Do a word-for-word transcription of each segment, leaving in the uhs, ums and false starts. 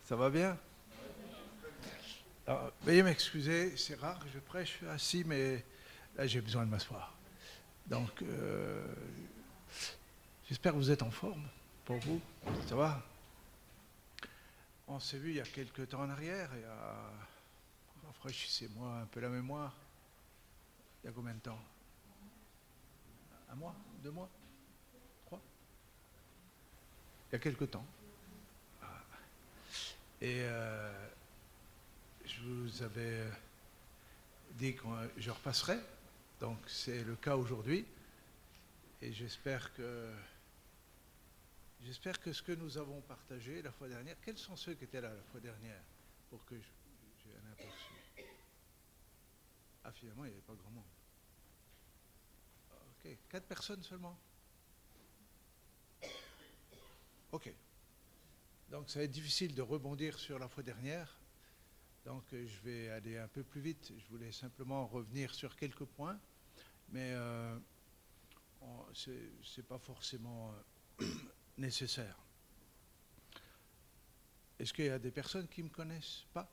Ça va bien? Alors, veuillez m'excuser, c'est rare que je prêche assis, mais là j'ai besoin de m'asseoir. Donc, euh, j'espère que vous êtes en forme pour vous. Ça va? On s'est vu il y a quelques temps en arrière, et à... rafraîchissez-moi un peu la mémoire. Il y a combien de temps? Un mois? Deux mois? Trois? Il y a quelques temps. Et euh, je vous avais dit que je repasserai. Donc c'est le cas aujourd'hui. Et j'espère que j'espère que ce que nous avons partagé la fois dernière, quels sont ceux qui étaient là la fois dernière pour que j'ai un aperçu? Ah, finalement, il n'y avait pas grand monde. Ok, quatre personnes seulement. Ok. Donc ça va être difficile de rebondir sur la fois dernière. Donc je vais aller un peu plus vite. Je voulais simplement revenir sur quelques points, mais euh, ce n'est pas forcément euh, nécessaire. Est-ce qu'il y a des personnes qui ne me connaissent pas?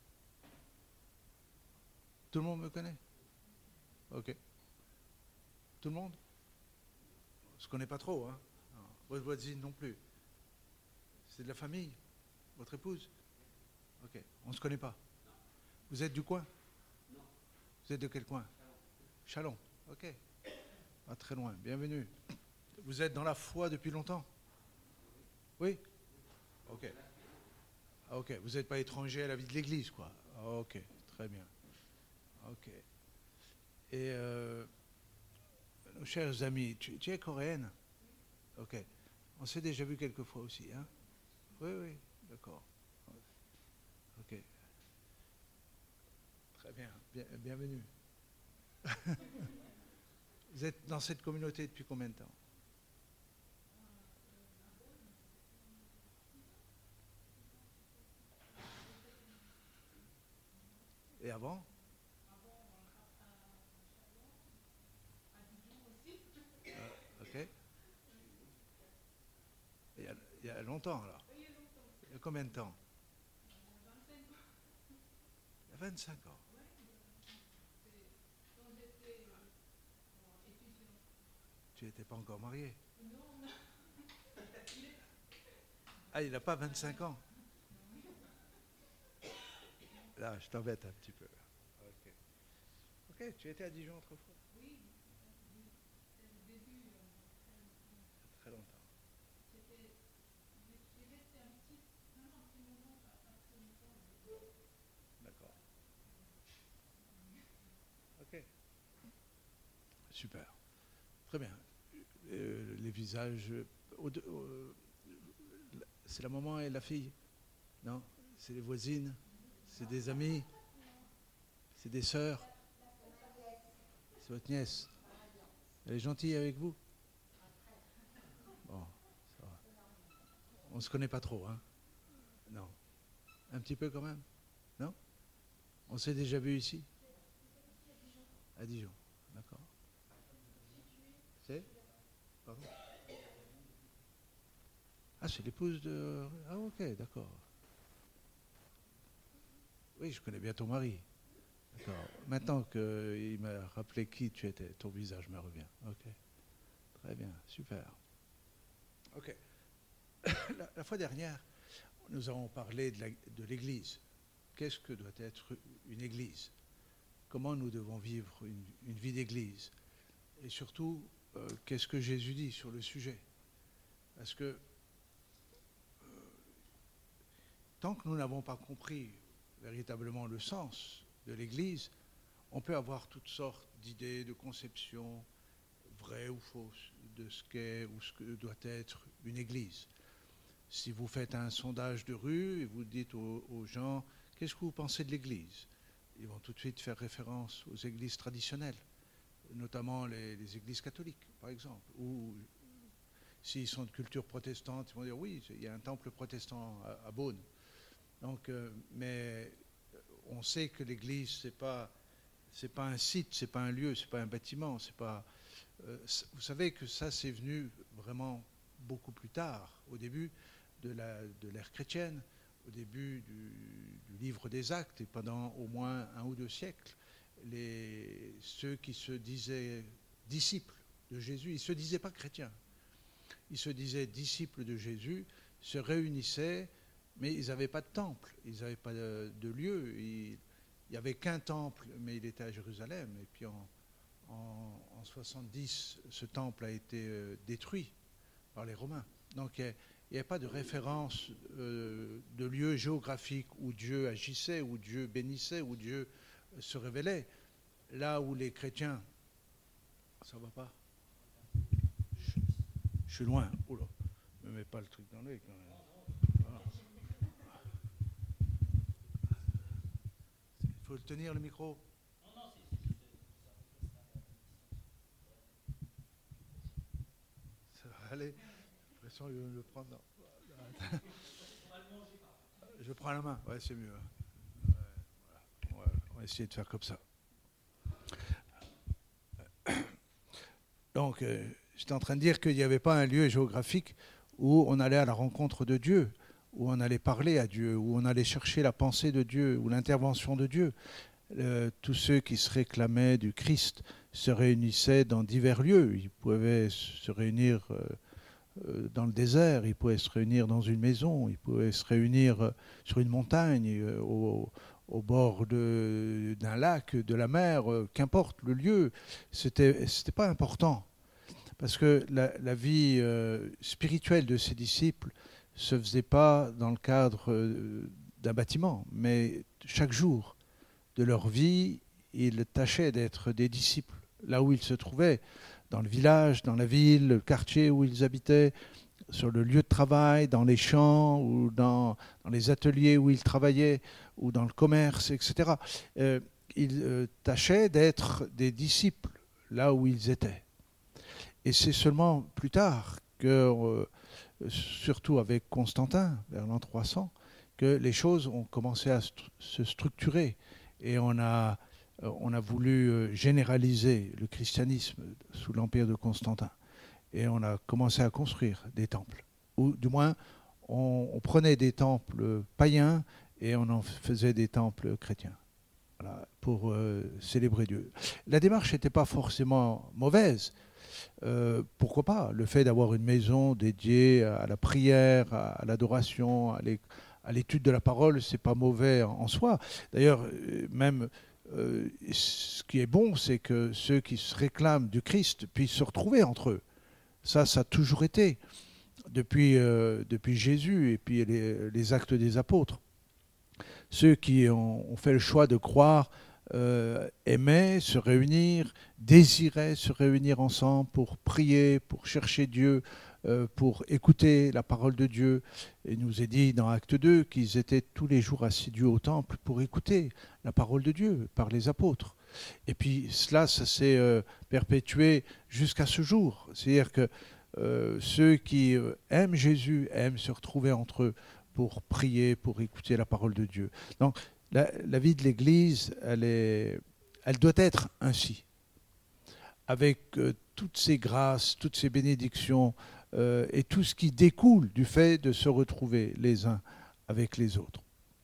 Tout le monde me connaît? Ok. Tout le monde? On ne se connaît pas trop, hein? Non. Votre voisine non plus? C'est de la famille? Votre épouse? Ok. On ne se connaît pas? Vous êtes du coin? Non. Vous êtes de quel coin? Chalon. Ok. Pas très loin. Bienvenue. Vous êtes dans la foi depuis longtemps? Oui? Ok. Ah, ok. Vous n'êtes pas étranger à la vie de l'Église, quoi? Ah, ok. Très bien. Ok. Et euh, nos chers amis, tu, tu es coréenne? Ok. On s'est déjà vu quelques fois aussi, hein? Oui, oui. D'accord. Ok. Très bien. bien bienvenue. Vous êtes dans cette communauté depuis combien de temps? Et avant? Ah, ok. Il y, a, il y a longtemps alors? Il y a combien de temps? Il y a vingt-cinq ans. Tu n'étais pas encore marié? Ah, il n'a pas vingt-cinq ans? Là, je t'embête un petit peu. Ok. Ok, tu étais à Dijon autrefois? Oui. Très longtemps. D'accord. Ok. Super. Très bien. Euh, les visages. Au, au, c'est la maman et la fille? Non? C'est les voisines? C'est des amis? C'est des sœurs? C'est votre nièce? Elle est gentille avec vous? Bon, ça va. On ne se connaît pas trop, hein? Non. Un petit peu quand même? Non? On s'est déjà vu ici? À Dijon. D'accord. C'est? Pardon? Ah, c'est l'épouse de... Ah, ok, d'accord. Oui, je connais bien ton mari. D'accord. Maintenant qu'il m'a rappelé qui tu étais, ton visage me revient. Ok. Très bien, super. Ok. La, la fois dernière, nous avons parlé de, la, de l'Église. Qu'est-ce que doit être une Église? Comment nous devons vivre une, une vie d'Église? Et surtout, euh, qu'est-ce que Jésus dit sur le sujet? Parce que euh, tant que nous n'avons pas compris véritablement le sens de l'Église, on peut avoir toutes sortes d'idées, de conceptions, vraies ou fausses, de ce qu'est ou ce que doit être une Église. Si vous faites un sondage de rue et vous dites aux, aux gens « Qu'est-ce que vous pensez de l'Église ?» Ils vont tout de suite faire référence aux églises traditionnelles, notamment les, les églises catholiques, par exemple. Ou s'ils sont de culture protestante, ils vont dire « Oui, il y a un temple protestant à, à Beaune. » Donc, euh, mais on sait que l'Église, ce n'est pas, c'est pas un site, ce n'est pas un lieu, ce n'est pas un bâtiment. C'est pas, euh, vous savez que ça, c'est venu vraiment beaucoup plus tard, au début de, la, de l'ère chrétienne, au début du, du livre des Actes et pendant au moins un ou deux siècles, les, ceux qui se disaient disciples de Jésus, ils ne se disaient pas chrétiens, ils se disaient disciples de Jésus, se réunissaient, mais ils n'avaient pas de temple, ils n'avaient pas de, de lieu. Il n'y avait qu'un temple, mais il était à Jérusalem. Et puis en, en, en soixante-dix, ce temple a été euh, détruit par les Romains. Donc il n'y avait pas de référence euh, de lieu géographique où Dieu agissait, où Dieu bénissait, où Dieu se révélait. Là où les chrétiens... Ça va pas? Je, je suis loin. Oh là, ne me mets pas le truc dans l'œil quand même. Il faut tenir le micro. Ça va aller. J'ai l'impression qu'il veut le prendre. Non. Je prends la main. Ouais, c'est mieux. Ouais, voilà. Ouais, on va essayer de faire comme ça. Donc, euh, j'étais en train de dire qu'il n'y avait pas un lieu géographique où on allait à la rencontre de Dieu, où on allait parler à Dieu, où on allait chercher la pensée de Dieu, ou l'intervention de Dieu. Euh, tous ceux qui se réclamaient du Christ se réunissaient dans divers lieux. Ils pouvaient se réunir euh, euh, dans le désert, ils pouvaient se réunir dans une maison, ils pouvaient se réunir euh, sur une montagne, euh, au, au bord de, d'un lac, de la mer, euh, qu'importe le lieu. C'était, c'était pas important. Parce que la, la vie euh, spirituelle de ses disciples ne se faisait pas dans le cadre euh, d'un bâtiment, mais chaque jour de leur vie, ils tâchaient d'être des disciples, là où ils se trouvaient, dans le village, dans la ville, le quartier où ils habitaient, sur le lieu de travail, dans les champs, ou dans, dans les ateliers où ils travaillaient, ou dans le commerce, et cetera. Euh, ils euh, tâchaient d'être des disciples, là où ils étaient. Et c'est seulement plus tard que, euh, surtout avec Constantin, vers l'an trois cents, que les choses ont commencé à st- se structurer. Et on a, euh, on a voulu généraliser le christianisme sous l'empire de Constantin. Et on a commencé à construire des temples. Ou du moins, on, on prenait des temples païens et on en faisait des temples chrétiens. Voilà, pour euh, célébrer Dieu. La démarche n'était pas forcément mauvaise. Euh, pourquoi pas? Le fait d'avoir une maison dédiée à la prière, à l'adoration, à l'étude de la parole, c'est pas mauvais en, en soi. D'ailleurs, même euh, ce qui est bon, c'est que ceux qui se réclament du Christ puissent se retrouver entre eux. Ça, ça a toujours été depuis, euh, depuis Jésus et puis les, les actes des apôtres. Ceux qui ont, ont fait le choix de croire euh, aimaient se réunir, désiraient se réunir ensemble pour prier, pour chercher Dieu, euh, pour écouter la parole de Dieu. Et il nous est dit dans Acte deux qu'ils étaient tous les jours assidus au temple pour écouter la parole de Dieu par les apôtres. Et puis cela, ça s'est euh, perpétué jusqu'à ce jour. C'est-à-dire que euh, ceux qui euh, aiment Jésus aiment se retrouver entre eux pour prier, pour écouter la parole de Dieu. Donc la, la vie de l'Église, elle, est, elle doit être ainsi, avec euh, toutes ces grâces, toutes ces bénédictions euh, et tout ce qui découle du fait de se retrouver les uns avec les autres.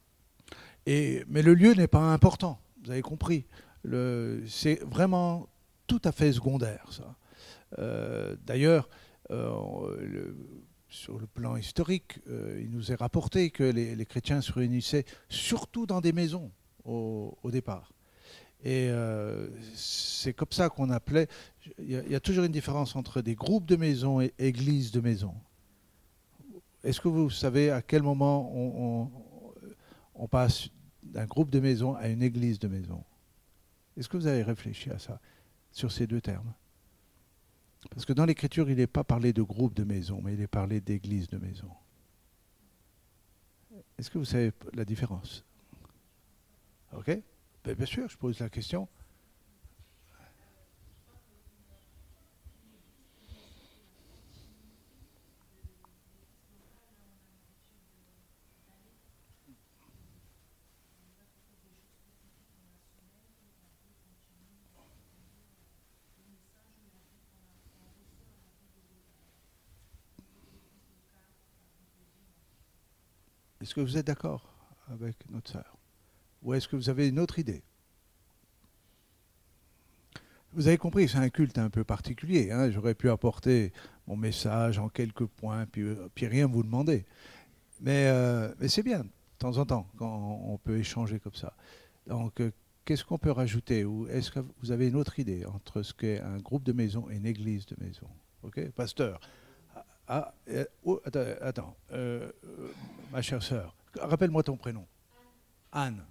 Et, mais le lieu n'est pas important, vous avez compris. Le, c'est vraiment tout à fait secondaire, ça. Euh, d'ailleurs, euh, le, sur le plan historique, euh, il nous est rapporté que les, les chrétiens se réunissaient surtout dans des maisons au, au départ. Et euh, c'est comme ça qu'on appelait... Il y, a, il y a toujours une différence entre des groupes de maisons et églises de maisons. Est-ce que vous savez à quel moment on, on, on passe d'un groupe de maisons à une église de maisons? Est-ce que vous avez réfléchi à ça, sur ces deux termes? Parce que dans l'Écriture, il n'est pas parlé de groupe de maisons, mais il est parlé d'église de maisons. Est-ce que vous savez la différence? Ok? Ben, bien sûr, je pose la question. Est-ce que vous êtes d'accord avec notre sœur? Ou est-ce que vous avez une autre idée? Vous avez compris, c'est un culte un peu particulier. Hein. J'aurais pu apporter mon message en quelques points, puis, puis rien vous demander. Mais, euh, mais c'est bien, de temps en temps, quand on peut échanger comme ça. Donc, euh, qu'est-ce qu'on peut rajouter? Ou est-ce que vous avez une autre idée entre ce qu'est un groupe de maison et une église de maison? Ok, pasteur. Ah, euh, oh, attends, attends euh, euh, ma chère sœur, rappelle-moi ton prénom. Anne.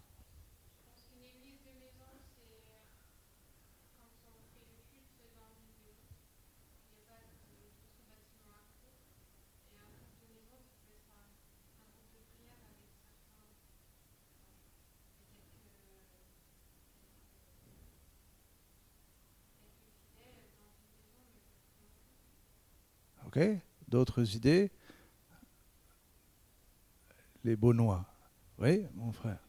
Ok, d'autres idées? Les Beaunois. Oui, mon frère.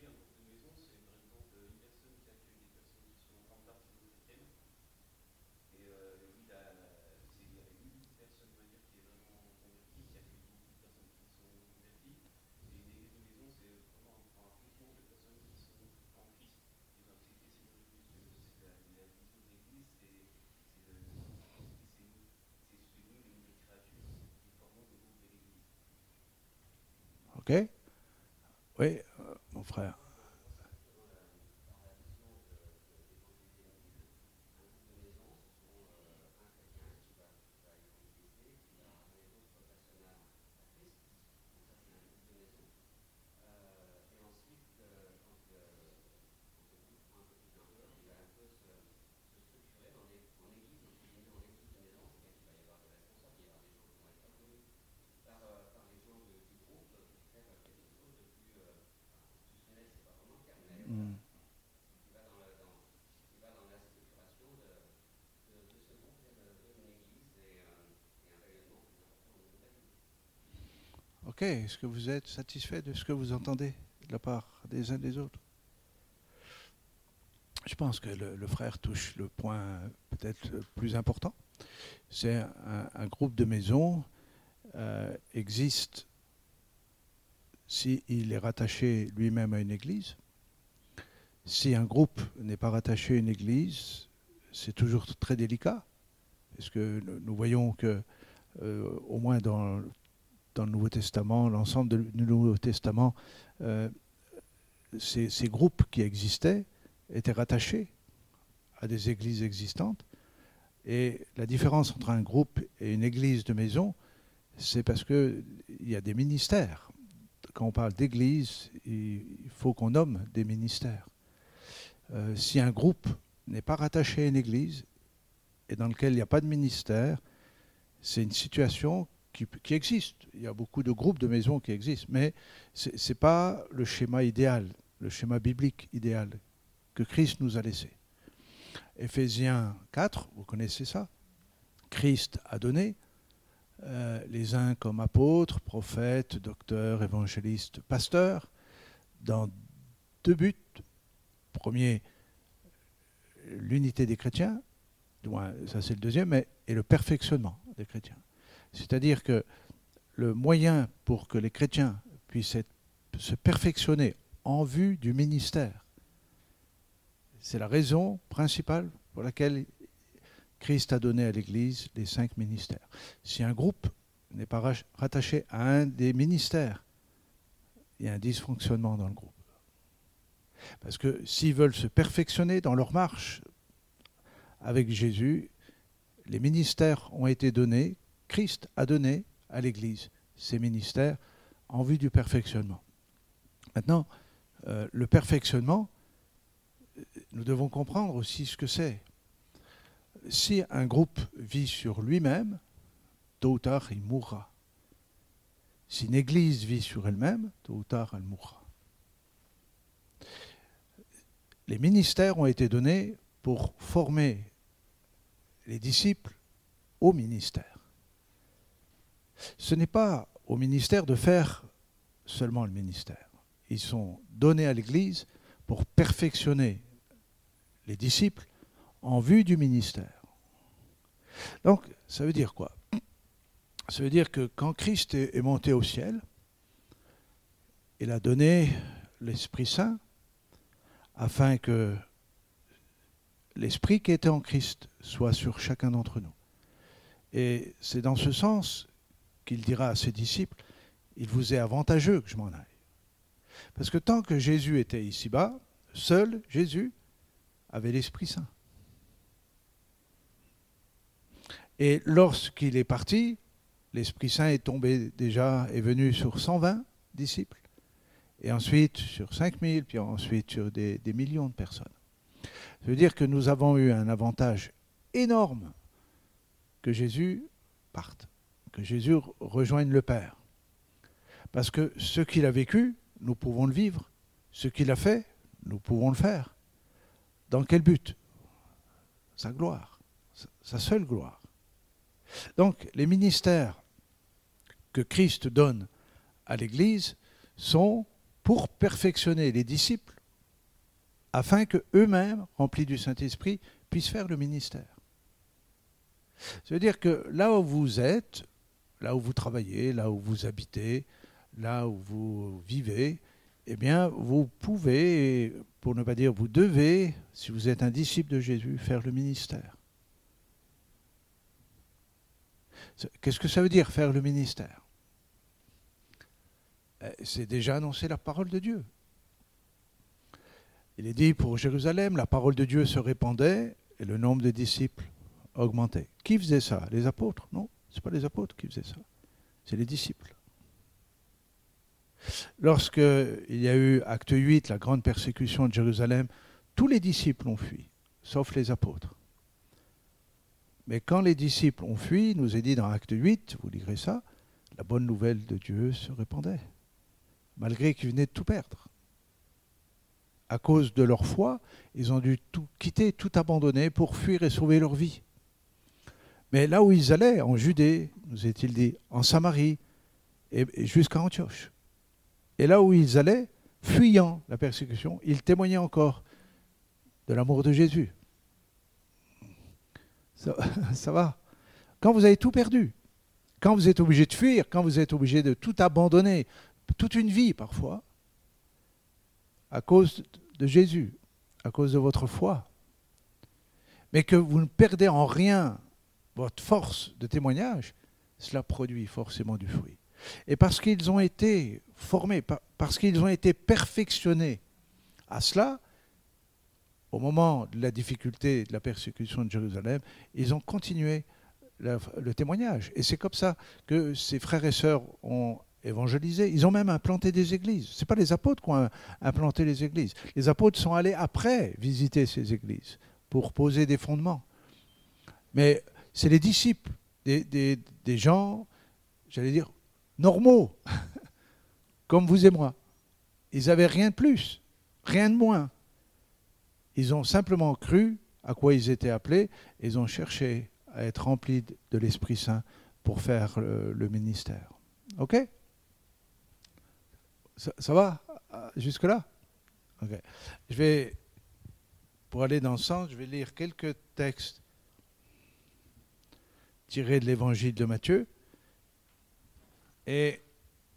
Ok. Oui, euh, mon frère. Hmm. Ok, est-ce que vous êtes satisfait de ce que vous entendez de la part des uns des autres? Je pense que le, le frère touche le point peut-être le plus important. C'est un, un groupe de maisons euh, existe s'il est rattaché lui-même à une église. Si un groupe n'est pas rattaché à une église, c'est toujours très délicat, parce que nous voyons que, euh, au moins dans, dans le Nouveau Testament, l'ensemble de- du Nouveau Testament, euh, ces, ces groupes qui existaient étaient rattachés à des églises existantes. Et la différence entre un groupe et une église de maison, c'est parce qu'il y a des ministères. Quand on parle d'église, il faut qu'on nomme des ministères. Euh, si un groupe n'est pas rattaché à une église et dans lequel il n'y a pas de ministère, c'est une situation qui, qui existe. Il y a beaucoup de groupes de maisons qui existent, mais ce n'est pas le schéma idéal, le schéma biblique idéal que Christ nous a laissé. Éphésiens quatre, vous connaissez ça? Christ a donné, euh, les uns comme apôtres, prophètes, docteurs, évangélistes, pasteurs, dans deux buts. Premier, l'unité des chrétiens, du moins ça c'est le deuxième, mais, et le perfectionnement des chrétiens. C'est-à-dire que le moyen pour que les chrétiens puissent être, se perfectionner en vue du ministère, c'est la raison principale pour laquelle Christ a donné à l'Église les cinq ministères. Si un groupe n'est pas rattaché à un des ministères, il y a un dysfonctionnement dans le groupe. Parce que s'ils veulent se perfectionner dans leur marche avec Jésus, les ministères ont été donnés, Christ a donné à l'Église ces ministères en vue du perfectionnement. Maintenant, euh, le perfectionnement, nous devons comprendre aussi ce que c'est. Si un groupe vit sur lui-même, tôt ou tard, il mourra. Si une église vit sur elle-même, tôt ou tard, elle mourra. Les ministères ont été donnés pour former les disciples au ministère. Ce n'est pas au ministère de faire seulement le ministère. Ils sont donnés à l'Église pour perfectionner les disciples en vue du ministère. Donc, ça veut dire quoi? Ça veut dire que quand Christ est monté au ciel, il a donné l'Esprit Saint afin que l'Esprit qui était en Christ soit sur chacun d'entre nous. Et c'est dans ce sens qu'il dira à ses disciples, il vous est avantageux que je m'en aille. Parce que tant que Jésus était ici-bas, seul Jésus avait l'Esprit Saint. Et lorsqu'il est parti, l'Esprit Saint est tombé déjà, est venu sur cent vingt disciples, et ensuite sur cinq mille, puis ensuite sur des, des millions de personnes. Ça veut dire que nous avons eu un avantage énorme que Jésus parte, que Jésus rejoigne le Père. Parce que ce qu'il a vécu, nous pouvons le vivre. Ce qu'il a fait, nous pouvons le faire. Dans quel but? Sa gloire, sa seule gloire. Donc, les ministères que Christ donne à l'Église sont pour perfectionner les disciples, afin qu'eux-mêmes, remplis du Saint-Esprit, puissent faire le ministère. Ça veut dire que là où vous êtes, là où vous travaillez, là où vous habitez, là où vous vivez, eh bien, vous pouvez, pour ne pas dire vous devez, si vous êtes un disciple de Jésus, faire le ministère. Qu'est-ce que ça veut dire, faire le ministère? C'est déjà annoncer la parole de Dieu. Il est dit pour Jérusalem, la parole de Dieu se répandait et le nombre de disciples augmentait. Qui faisait ça? Les apôtres? Non, ce n'est pas les apôtres qui faisaient ça. C'est les disciples. Lorsqu'il y a eu, acte huit, la grande persécution de Jérusalem, tous les disciples ont fui, sauf les apôtres. Mais quand les disciples ont fui, il nous est dit dans acte huit, vous lirez ça, la bonne nouvelle de Dieu se répandait, malgré qu'ils venaient de tout perdre. À cause de leur foi, ils ont dû tout quitter, tout abandonner pour fuir et sauver leur vie. Mais là où ils allaient, en Judée, nous est-il dit, en Samarie, et jusqu'à Antioche. Et là où ils allaient, fuyant la persécution, ils témoignaient encore de l'amour de Jésus. Ça, ça va. Quand vous avez tout perdu, quand vous êtes obligé de fuir, quand vous êtes obligé de tout abandonner, toute une vie parfois, à cause de Jésus, à cause de votre foi, mais que vous ne perdez en rien votre force de témoignage, cela produit forcément du fruit. Et parce qu'ils ont été formés, parce qu'ils ont été perfectionnés à cela, au moment de la difficulté, de la persécution de Jérusalem, ils ont continué le, le témoignage. Et c'est comme ça que ces frères et sœurs ont évangélisé. Ils ont même implanté des églises. Ce n'est pas les apôtres qui ont implanté les églises. Les apôtres sont allés après visiter ces églises pour poser des fondements. Mais c'est les disciples, des, des, des gens, j'allais dire, normaux, comme vous et moi. Ils n'avaient rien de plus, rien de moins. Ils ont simplement cru à quoi ils étaient appelés. Ils ont cherché à être remplis de l'Esprit Saint pour faire le, le ministère. OK? Ça, ça va jusque-là? OK. Je vais, pour aller dans ce sens, je vais lire quelques textes tirés de l'Évangile de Matthieu. Et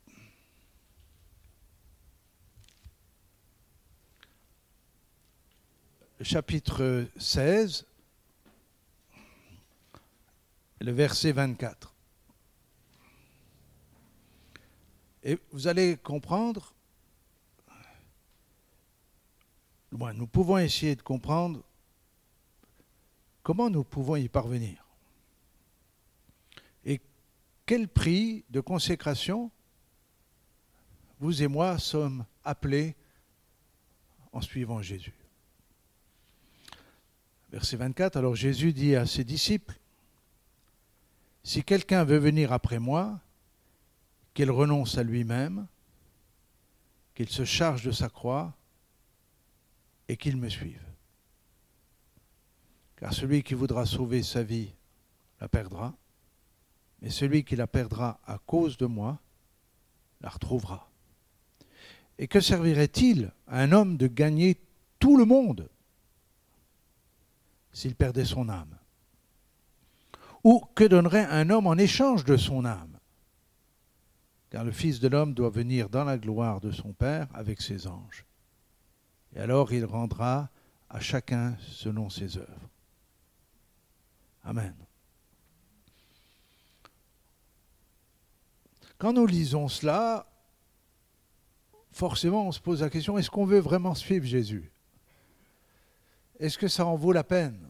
chapitre seize, le verset vingt-quatre. Et vous allez comprendre, bon, nous pouvons essayer de comprendre comment nous pouvons y parvenir. Et quel prix de consécration vous et moi sommes appelés en suivant Jésus. Verset vingt-quatre, alors Jésus dit à ses disciples, « Si quelqu'un veut venir après moi, qu'il renonce à lui-même, qu'il se charge de sa croix et qu'il me suive. Car celui qui voudra sauver sa vie la perdra, mais celui qui la perdra à cause de moi la retrouvera. Et que servirait-il à un homme de gagner tout le monde s'il perdait son âme? Ou que donnerait un homme en échange de son âme? car le Fils de l'homme doit venir dans la gloire de son Père avec ses anges. Et alors il rendra à chacun selon ses œuvres. Amen. Quand nous lisons cela, forcément on se pose la question, est-ce qu'on veut vraiment suivre Jésus? Est-ce que ça en vaut la peine?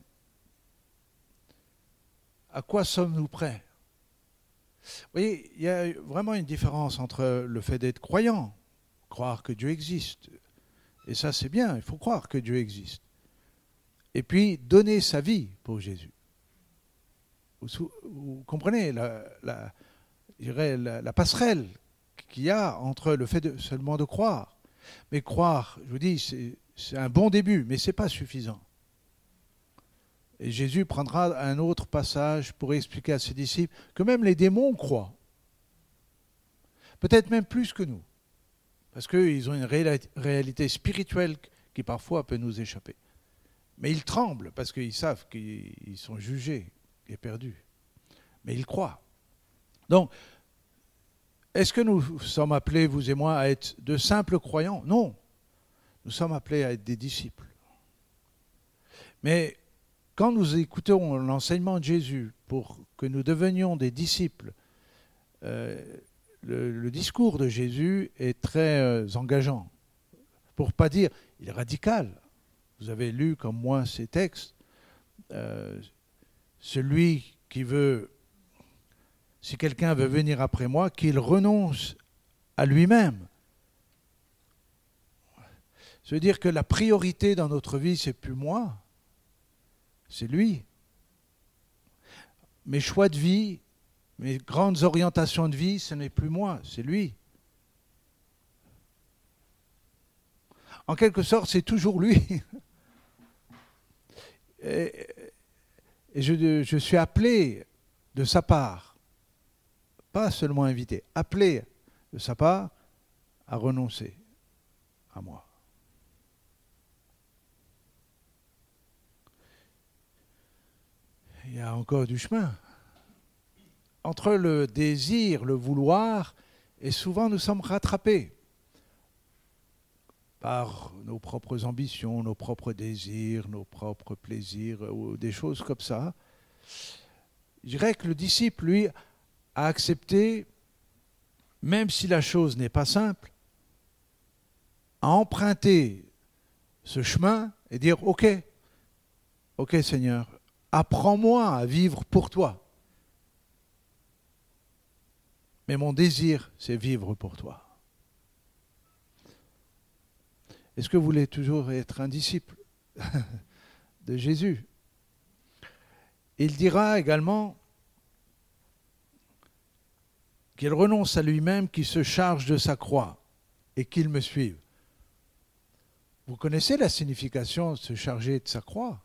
À quoi sommes-nous prêts? Vous voyez, il y a vraiment une différence entre le fait d'être croyant, croire que Dieu existe, et ça c'est bien, il faut croire que Dieu existe, et puis donner sa vie pour Jésus. Vous, vous comprenez la, la, je dirais la, la passerelle qu'il y a entre le fait de, seulement de croire. Mais croire, je vous dis, c'est, c'est un bon début, mais ce n'est pas suffisant. Et Jésus prendra un autre passage pour expliquer à ses disciples que même les démons croient. Peut-être même plus que nous. Parce qu'ils ont une réalité spirituelle qui parfois peut nous échapper. Mais ils tremblent parce qu'ils savent qu'ils sont jugés et perdus. Mais ils croient. Donc, est-ce que nous sommes appelés, vous et moi, à être de simples croyants? Non. Nous sommes appelés à être des disciples. Mais quand nous écoutons l'enseignement de Jésus pour que nous devenions des disciples, euh, le, le discours de Jésus est très euh, engageant. Pour ne pas dire, il est radical. Vous avez lu comme moi ces textes. Euh, celui qui veut, si quelqu'un veut venir après moi, qu'il renonce à lui-même. Ça veut dire que la priorité dans notre vie, c'est plus moi, c'est lui. Mes choix de vie, mes grandes orientations de vie, ce n'est plus moi, c'est lui. En quelque sorte, c'est toujours lui. Et, et je, je suis appelé de sa part, pas seulement invité, appelé de sa part à renoncer à moi. Il y a encore du chemin. Entre le désir, le vouloir, et souvent nous sommes rattrapés par nos propres ambitions, nos propres désirs, nos propres plaisirs, ou des choses comme ça. Je dirais que le disciple, lui, a accepté, même si la chose n'est pas simple, à emprunter ce chemin et dire « Ok, ok Seigneur, apprends-moi à vivre pour toi. Mais mon désir, c'est vivre pour toi. » Est-ce que vous voulez toujours être un disciple de Jésus? Il dira également qu'il renonce à lui-même, qu'il se charge de sa croix et qu'il me suive. Vous connaissez la signification de se charger de sa croix?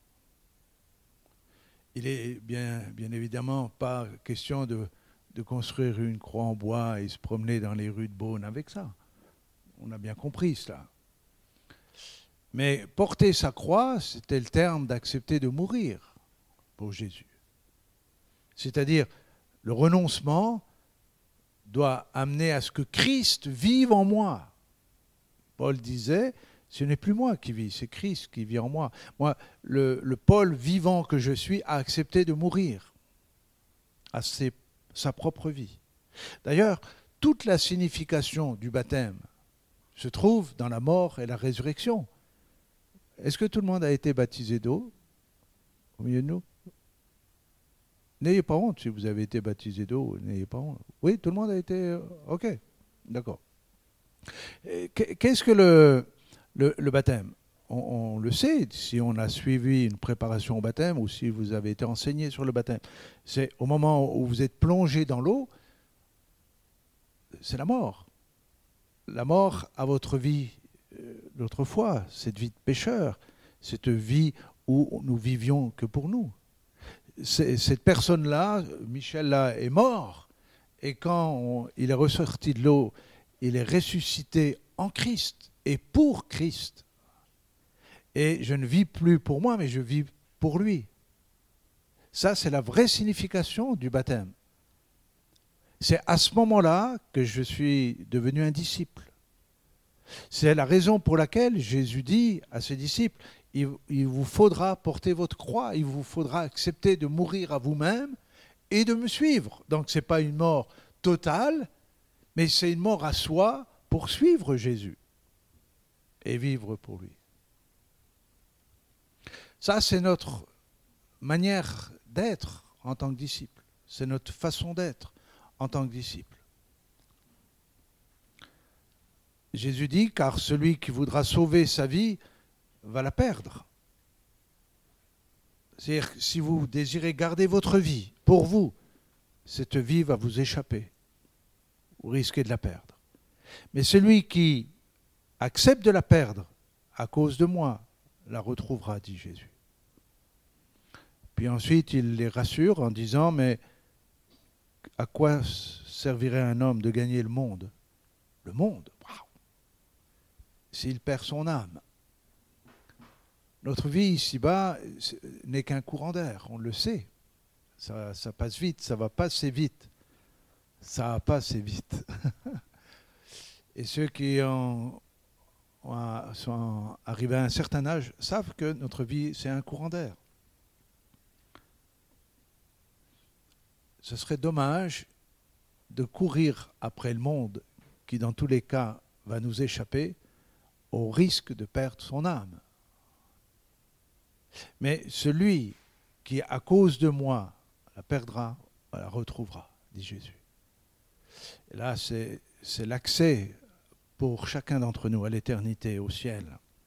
Il n'est bien, bien évidemment pas question de, de construire une croix en bois et se promener dans les rues de Beaune avec ça. On a bien compris cela. Mais porter sa croix, c'était le terme d'accepter de mourir pour Jésus. C'est-à-dire, le renoncement doit amener à ce que Christ vive en moi. Paul disait, ce n'est plus moi qui vis, c'est Christ qui vit en moi. Moi, le, le Paul vivant que je suis a accepté de mourir à ses, sa propre vie. D'ailleurs, toute la signification du baptême se trouve dans la mort et la résurrection. Est-ce que tout le monde a été baptisé d'eau au milieu de nous? N'ayez pas honte si vous avez été baptisé d'eau, n'ayez pas honte. Oui, tout le monde a été... Ok, d'accord. Qu'est-ce que le, le, le baptême? on, on le sait, si on a suivi une préparation au baptême ou si vous avez été enseigné sur le baptême. C'est au moment où vous êtes plongé dans l'eau, c'est la mort. La mort à votre vie d'autrefois, cette vie de pécheur, cette vie où nous vivions que pour nous. C'est, cette personne-là, Michel-là, est mort. Et quand on, il est ressorti de l'eau, il est ressuscité en Christ et pour Christ. Et je ne vis plus pour moi, mais je vis pour lui. Ça, c'est la vraie signification du baptême. C'est à ce moment-là que je suis devenu un disciple. C'est la raison pour laquelle Jésus dit à ses disciples, il, il vous faudra porter votre croix, il vous faudra accepter de mourir à vous-même et de me suivre. Donc ce n'est pas une mort totale, mais c'est une mort à soi pour suivre Jésus et vivre pour lui. Ça, c'est notre manière d'être en tant que disciple. C'est notre façon d'être en tant que disciple. Jésus dit, car celui qui voudra sauver sa vie va la perdre. C'est-à-dire que si vous désirez garder votre vie pour vous, cette vie va vous échapper. Vous risquez de la perdre. Mais celui qui accepte de la perdre à cause de moi, la retrouvera, dit Jésus. Puis ensuite, il les rassure en disant, mais à quoi servirait un homme de gagner le monde? Le monde, waouh! S'il perd son âme. Notre vie ici-bas n'est qu'un courant d'air, on le sait. Ça, ça passe vite, ça va pas assez vite. Ça va pas assez vite. Et ceux qui ont, ont, sont arrivés à un certain âge savent que notre vie, c'est un courant d'air. Ce serait dommage de courir après le monde qui, dans tous les cas, va nous échapper au risque de perdre son âme. Mais celui qui, à cause de moi, la perdra, la retrouvera, dit Jésus. Et là, c'est, c'est l'accès pour chacun d'entre nous à l'éternité, au ciel.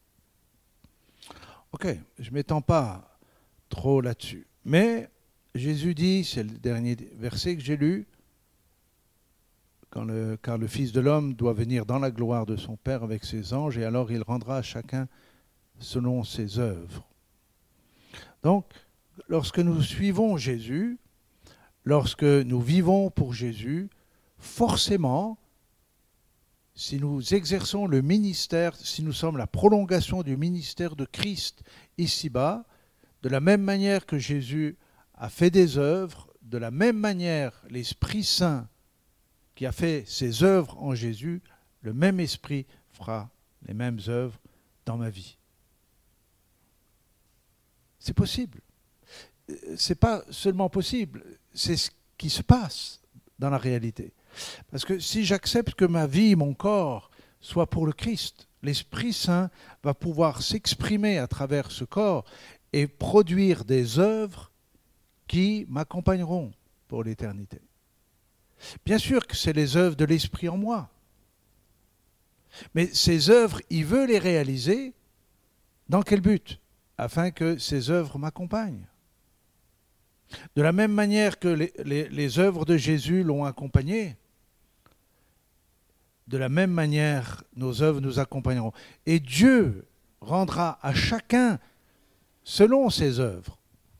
Ok, je ne m'étends pas trop là-dessus. Mais Jésus dit, c'est le dernier verset que j'ai lu, quand le, car le Fils de l'homme doit venir dans la gloire de son Père avec ses anges, et alors il rendra à chacun selon ses œuvres. Donc, lorsque nous suivons Jésus, lorsque nous vivons pour Jésus, forcément, si nous exerçons le ministère, si nous sommes la prolongation du ministère de Christ ici-bas, de la même manière que Jésus a fait des œuvres, de la même manière l'Esprit Saint qui a fait ses œuvres en Jésus, le même Esprit fera les mêmes œuvres dans ma vie. C'est possible. Ce n'est pas seulement possible, c'est ce qui se passe dans la réalité. Parce que si j'accepte que ma vie, mon corps, soit pour le Christ, l'Esprit Saint va pouvoir s'exprimer à travers ce corps et produire des œuvres qui m'accompagneront pour l'éternité. Bien sûr que c'est les œuvres de l'Esprit en moi. Mais ces œuvres, il veut les réaliser dans quel but? Afin que ces œuvres m'accompagnent. De la même manière que les, les, les œuvres de Jésus l'ont accompagné, de la même manière, nos œuvres nous accompagneront. Et Dieu rendra à chacun selon ses œuvres.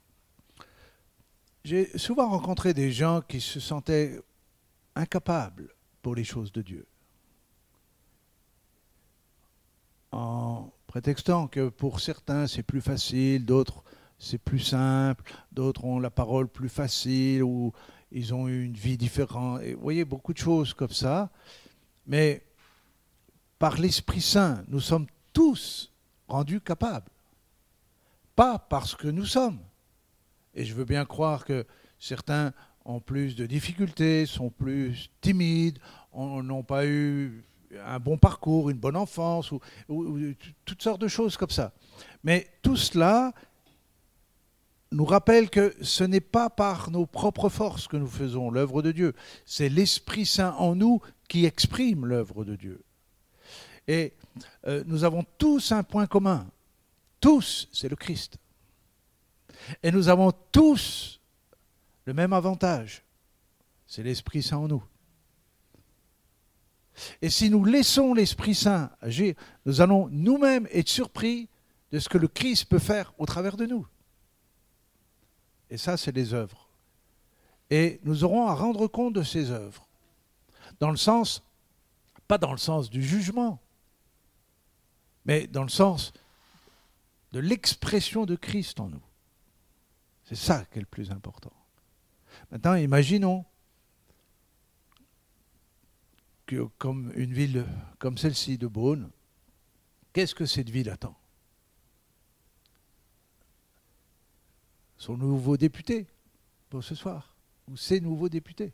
J'ai souvent rencontré des gens qui se sentaient incapables pour les choses de Dieu, en prétextant que pour certains c'est plus facile, d'autres c'est plus simple, d'autres ont la parole plus facile ou ils ont une vie différente. Et vous voyez, beaucoup de choses comme ça. Mais par l'Esprit Saint, nous sommes tous rendus capables. Pas parce que nous sommes. Et je veux bien croire que certains ont plus de difficultés, sont plus timides, n'ont pas eu un bon parcours, une bonne enfance, ou, ou, ou toutes sortes de choses comme ça. Mais tout cela nous rappelle que ce n'est pas par nos propres forces que nous faisons l'œuvre de Dieu. C'est l'Esprit Saint en nous qui exprime l'œuvre de Dieu. Et euh, nous avons tous un point commun. Tous, c'est le Christ. Et nous avons tous le même avantage. C'est l'Esprit Saint en nous. Et si nous laissons l'Esprit Saint agir, nous allons nous-mêmes être surpris de ce que le Christ peut faire au travers de nous. Et ça, c'est les œuvres. Et nous aurons à rendre compte de ces œuvres. Dans le sens, pas dans le sens du jugement, mais dans le sens de l'expression de Christ en nous. C'est ça qui est le plus important. Maintenant, imaginons, que, comme une ville comme celle-ci de Beaune, qu'est-ce que cette ville attend? Son nouveau député pour ce soir, ou ses nouveaux députés.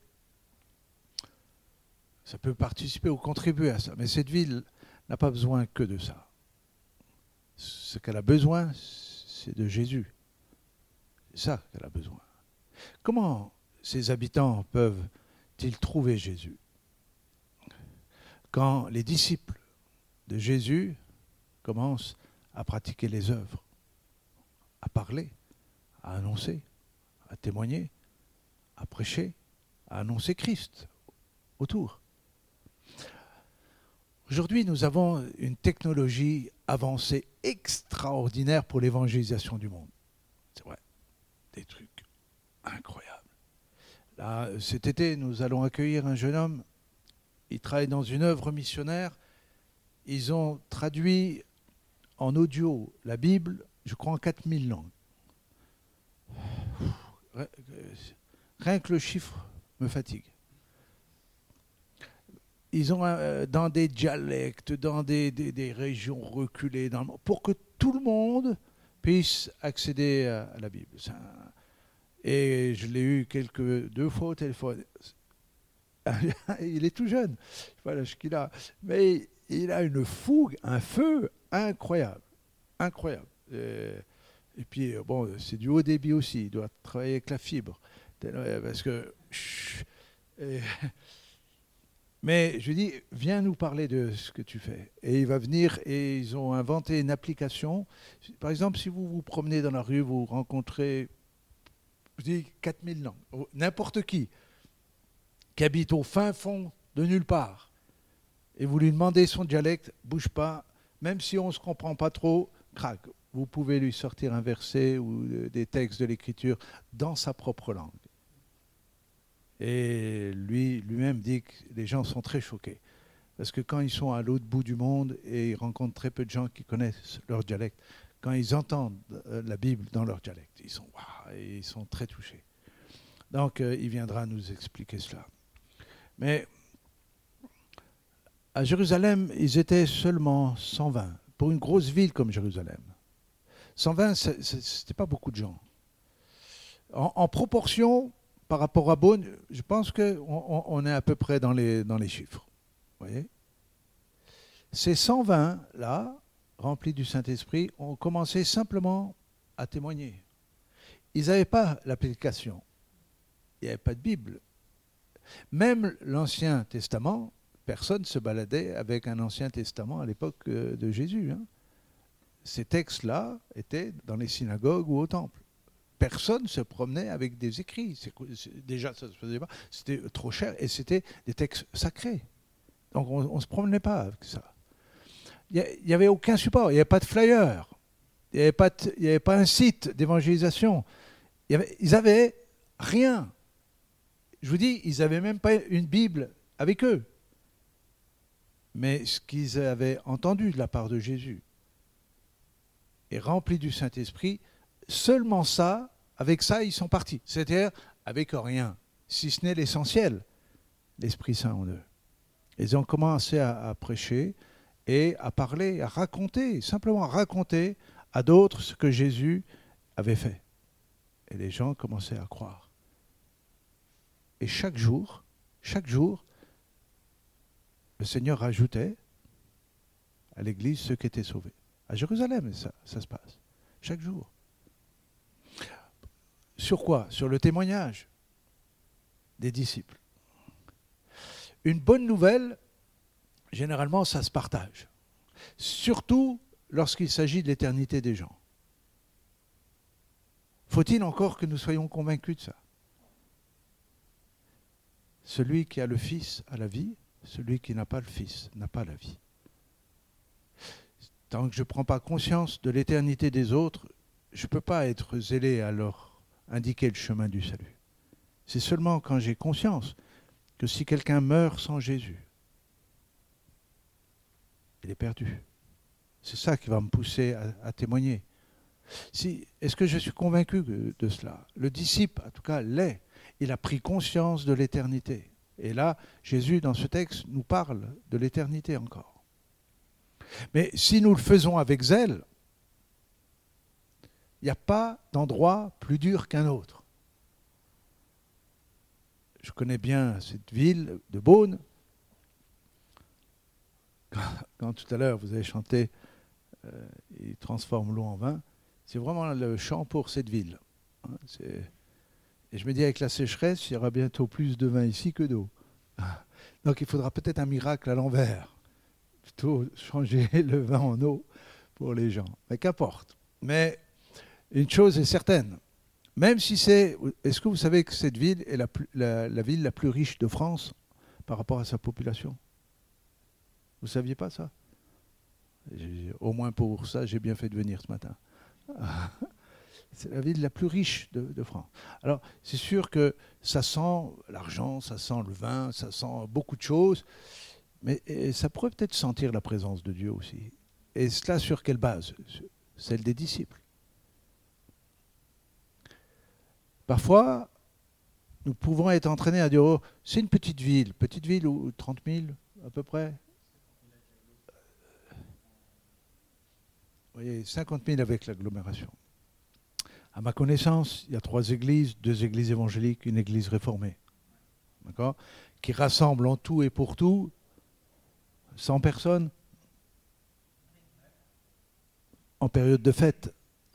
Ça peut participer ou contribuer à ça, mais cette ville n'a pas besoin que de ça. Ce qu'elle a besoin, c'est de Jésus. C'est ça qu'elle a besoin. Comment ses habitants peuvent-ils trouver Jésus? Quand les disciples de Jésus commencent à pratiquer les œuvres, à parler, à annoncer, à témoigner, à prêcher, à annoncer Christ autour. Aujourd'hui, nous avons une technologie avancée extraordinaire pour l'évangélisation du monde. C'est vrai, des trucs incroyables. Là, cet été, nous allons accueillir un jeune homme. Il travaille dans une œuvre missionnaire. Ils ont traduit en audio la Bible, je crois, en quatre mille langues. Rien que le chiffre me fatigue. Ils ont euh, dans des dialectes, dans des, des, des régions reculées, dans le monde, pour que tout le monde puisse accéder à, à la Bible. Un... Et je l'ai eu quelques, deux fois au téléphone. Il est tout jeune, je sais pas l'âge qu'il a, mais il a une fougue, un feu incroyable, incroyable. Et, et puis bon, c'est du haut débit aussi. Il doit travailler avec la fibre, parce que. Et, mais je lui dis, viens nous parler de ce que tu fais. Et il va venir et ils ont inventé une application. Par exemple, si vous vous promenez dans la rue, vous rencontrez, je dis quatre mille langues, n'importe qui, qui habite au fin fond de nulle part, et vous lui demandez son dialecte, bouge pas, même si on ne se comprend pas trop, crac, vous pouvez lui sortir un verset ou des textes de l'Écriture dans sa propre langue. Et lui, lui-même dit que les gens sont très choqués. Parce que quand ils sont à l'autre bout du monde et ils rencontrent très peu de gens qui connaissent leur dialecte, quand ils entendent la Bible dans leur dialecte, ils sont, waouh, et ils sont très touchés. Donc, euh, il viendra nous expliquer cela. Mais à Jérusalem, ils étaient seulement cent vingt. Pour une grosse ville comme Jérusalem. cent vingt, ce n'était pas beaucoup de gens. En, en proportion, par rapport à Beaune, je pense qu'on on, on est à peu près dans les, dans les chiffres. Vous voyez ? Ces cent vingt-là, remplis du Saint-Esprit, ont commencé simplement à témoigner. Ils n'avaient pas l'application. Il n'y avait pas de Bible. Même l'Ancien Testament, personne ne se baladait avec un Ancien Testament à l'époque de Jésus. Hein. Ces textes-là étaient dans les synagogues ou au temple. Personne ne se promenait avec des écrits. C'est, c'est, déjà, ça ne se faisait pas. C'était trop cher et c'était des textes sacrés. Donc, on ne se promenait pas avec ça. Il n'y avait aucun support. Il n'y avait pas de flyer. Il n'y avait, avait pas un site d'évangélisation. Il y avait, ils n'avaient rien. Je vous dis, ils n'avaient même pas une Bible avec eux. Mais ce qu'ils avaient entendu de la part de Jésus est rempli du Saint-Esprit. Seulement ça, avec ça, ils sont partis. C'est-à-dire avec rien, si ce n'est l'essentiel, l'Esprit Saint en eux. Ils ont commencé à, à prêcher et à parler, à raconter, simplement à raconter à d'autres ce que Jésus avait fait. Et les gens commençaient à croire. Et chaque jour, chaque jour, le Seigneur rajoutait à l'Église ceux qui étaient sauvés. À Jérusalem, ça, ça se passe. Chaque jour. Sur quoi ? Sur le témoignage des disciples. Une bonne nouvelle, généralement, ça se partage. Surtout lorsqu'il s'agit de l'éternité des gens. Faut-il encore que nous soyons convaincus de ça ? Celui qui a le Fils a la vie, celui qui n'a pas le Fils n'a pas la vie. Tant que je ne prends pas conscience de l'éternité des autres, je ne peux pas être zélé à leur indiquer le chemin du salut. C'est seulement quand j'ai conscience que si quelqu'un meurt sans Jésus, il est perdu. C'est ça qui va me pousser à, à témoigner. Si, est-ce que je suis convaincu de cela ? Le disciple, en tout cas, l'est. Il a pris conscience de l'éternité. Et là, Jésus, dans ce texte, nous parle de l'éternité encore. Mais si nous le faisons avec zèle, il n'y a pas d'endroit plus dur qu'un autre. Je connais bien cette ville de Beaune. Quand, quand tout à l'heure vous avez chanté euh, « Il transforme l'eau en vin », c'est vraiment le chant pour cette ville. Hein, c'est... Et je me dis, avec la sécheresse, il y aura bientôt plus de vin ici que d'eau. Donc il faudra peut-être un miracle à l'envers. Plutôt changer le vin en eau pour les gens. Mais qu'importe. Mais une chose est certaine. Même si c'est... Est-ce que vous savez que cette ville est la, plus, la, la ville la plus riche de France par rapport à sa population? Vous ne saviez pas ça? J'ai, au moins pour ça, j'ai bien fait de venir ce matin. C'est la ville la plus riche de, de France. Alors, c'est sûr que ça sent l'argent, ça sent le vin, ça sent beaucoup de choses, mais ça pourrait peut-être sentir la présence de Dieu aussi. Et cela sur quelle base? Celle des disciples. Parfois, nous pouvons être entraînés à dire oh, c'est une petite ville, petite ville où trente mille à peu près. Vous voyez, cinquante mille avec l'agglomération. À ma connaissance, il y a trois églises, deux églises évangéliques, une église réformée, d'accord, qui rassemblent en tout et pour tout cent personnes en période de fête.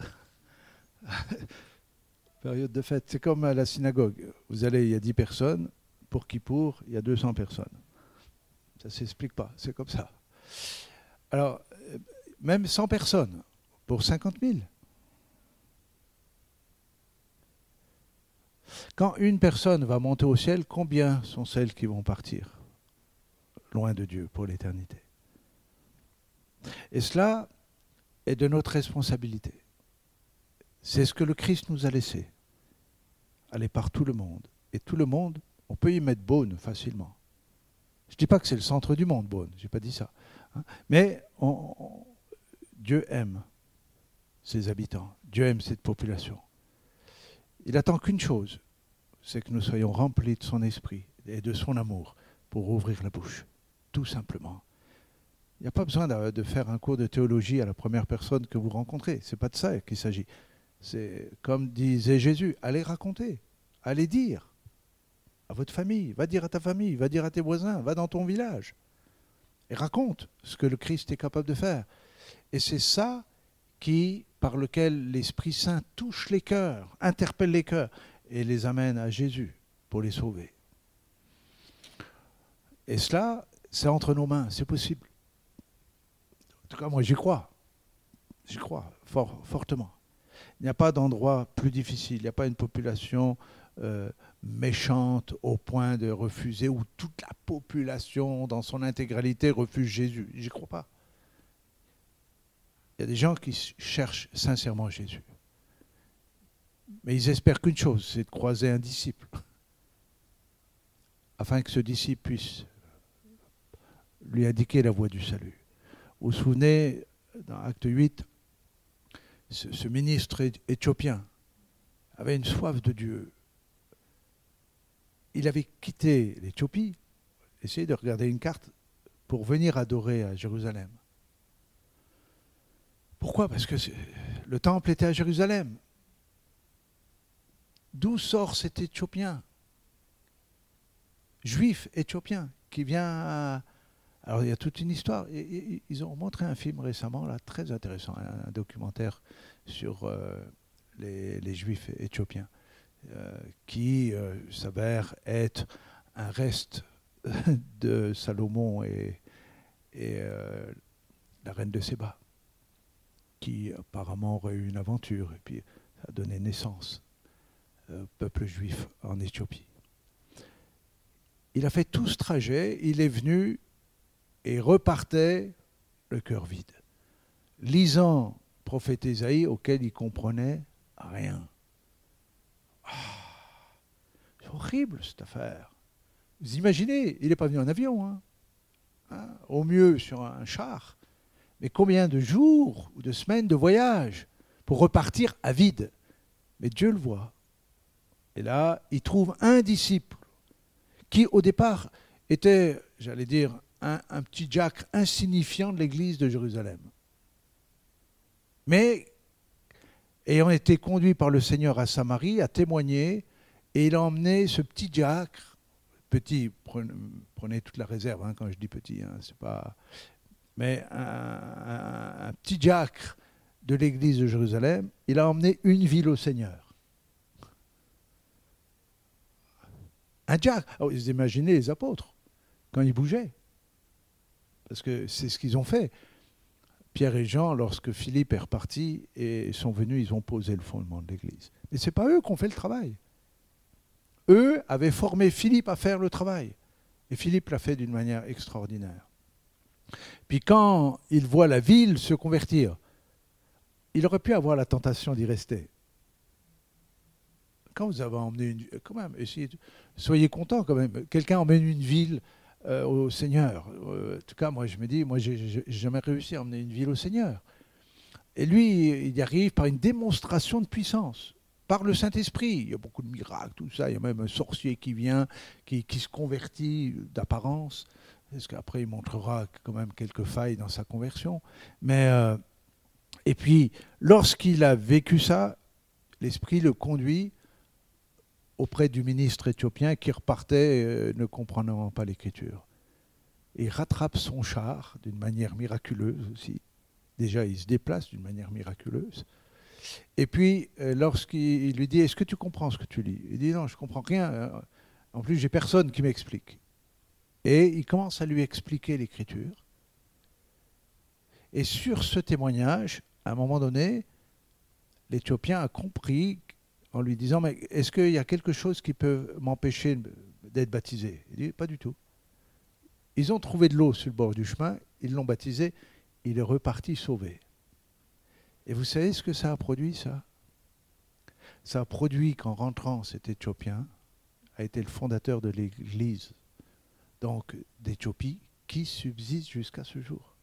Période de fête, c'est comme à la synagogue. Vous allez, il y a dix personnes, pour Kippour, il y a deux cents personnes. Ça ne s'explique pas, c'est comme ça. Alors, même cent personnes pour cinquante mille. Quand une personne va monter au ciel, combien sont celles qui vont partir loin de Dieu pour l'éternité? Et cela est de notre responsabilité. C'est ce que le Christ nous a laissé. Aller par tout le monde. Et tout le monde, on peut y mettre Beaune facilement. Je ne dis pas que c'est le centre du monde, Beaune, je n'ai pas dit ça. Hein. Mais on, on, Dieu aime ses habitants. Dieu aime cette population. Il attend qu'une chose, c'est que nous soyons remplis de son esprit et de son amour pour ouvrir la bouche, tout simplement. Il n'y a pas besoin de, de faire un cours de théologie à la première personne que vous rencontrez. Ce n'est pas de ça qu'il s'agit. C'est comme disait Jésus, allez raconter, allez dire à votre famille, va dire à ta famille, va dire à tes voisins, va dans ton village et raconte ce que le Christ est capable de faire. Et c'est ça qui, par lequel l'Esprit Saint touche les cœurs, interpelle les cœurs et les amène à Jésus pour les sauver. Et cela, c'est entre nos mains, c'est possible. En tout cas, moi, j'y crois. J'y crois fort, fortement. Il n'y a pas d'endroit plus difficile, il n'y a pas une population euh, méchante au point de refuser, où toute la population, dans son intégralité, refuse Jésus. J'y crois pas. Il y a des gens qui cherchent sincèrement Jésus. Mais ils espèrent qu'une chose, c'est de croiser un disciple. Afin que ce disciple puisse lui indiquer la voie du salut. Vous vous souvenez, dans Acte huit, ce, ce ministre éthiopien avait une soif de Dieu. Il avait quitté l'Éthiopie, essayé de regarder une carte, pour venir adorer à Jérusalem. Pourquoi? Parce que le temple était à Jérusalem. D'où sort cet Éthiopien, juif éthiopien, qui vient à... Alors il y a toute une histoire. Ils ont montré un film récemment, là, très intéressant, un documentaire sur euh, les, les juifs éthiopiens, euh, qui euh, s'avère être un reste de Salomon et, et euh, la reine de Séba, qui apparemment aurait eu une aventure, et puis ça a donné naissance au peuple juif en Éthiopie. Il a fait tout ce trajet, il est venu et repartait le cœur vide, lisant prophète Ésaïe auquel il comprenait rien. Ah, c'est horrible cette affaire. Vous imaginez, il n'est pas venu en avion, hein, hein, au mieux sur un char, mais combien de jours ou de semaines de voyage pour repartir à vide. Mais Dieu le voit. Et là, il trouve un disciple qui au départ était, j'allais dire, un, un petit diacre insignifiant de l'église de Jérusalem. Mais ayant été conduit par le Seigneur à Samarie, a témoigné, et il a emmené ce petit diacre, petit, prenez, prenez toute la réserve hein, quand je dis petit, hein, c'est pas, mais un, un, un petit diacre de l'église de Jérusalem, il a emmené une ville au Seigneur. Un diacre. Alors, vous imaginez les apôtres, quand ils bougeaient, parce que c'est ce qu'ils ont fait. Pierre et Jean, lorsque Philippe est reparti et sont venus, ils ont posé le fondement de l'église. Mais ce n'est pas eux qui ont fait le travail. Eux avaient formé Philippe à faire le travail. Et Philippe l'a fait d'une manière extraordinaire. Puis quand il voit la ville se convertir, il aurait pu avoir la tentation d'y rester. Quand vous avez emmené une... Quand même, essayez, soyez contents quand même. Quelqu'un emmène une ville euh, au Seigneur. Euh, en tout cas, moi je me dis, moi j'ai, j'ai jamais réussi à emmener une ville au Seigneur. Et lui, il y arrive par une démonstration de puissance. Par le Saint-Esprit. Il y a beaucoup de miracles, tout ça. Il y a même un sorcier qui vient, qui, qui se convertit d'apparence. Parce qu'après, il montrera quand même quelques failles dans sa conversion. Mais, euh, et puis, lorsqu'il a vécu ça, l'Esprit le conduit auprès du ministre éthiopien qui repartait euh, ne comprenant pas l'Écriture. Et il rattrape son char d'une manière miraculeuse aussi. Déjà, il se déplace d'une manière miraculeuse. Et puis, euh, lorsqu'il lui dit « Est-ce que tu comprends ce que tu lis ?» Il dit « Non, je ne comprends rien. En plus, j'ai personne qui m'explique. » Et il commence à lui expliquer l'Écriture. Et sur ce témoignage, à un moment donné, l'Éthiopien a compris en lui disant « Mais est-ce qu'il y a quelque chose qui peut m'empêcher d'être baptisé ?» Il dit « Pas du tout. » Ils ont trouvé de l'eau sur le bord du chemin, ils l'ont baptisé, il est reparti sauvé. Et vous savez ce que ça a produit, ça? Ça a produit qu'en rentrant, cet Éthiopien a été le fondateur de l'église donc d'Éthiopie qui subsiste jusqu'à ce jour.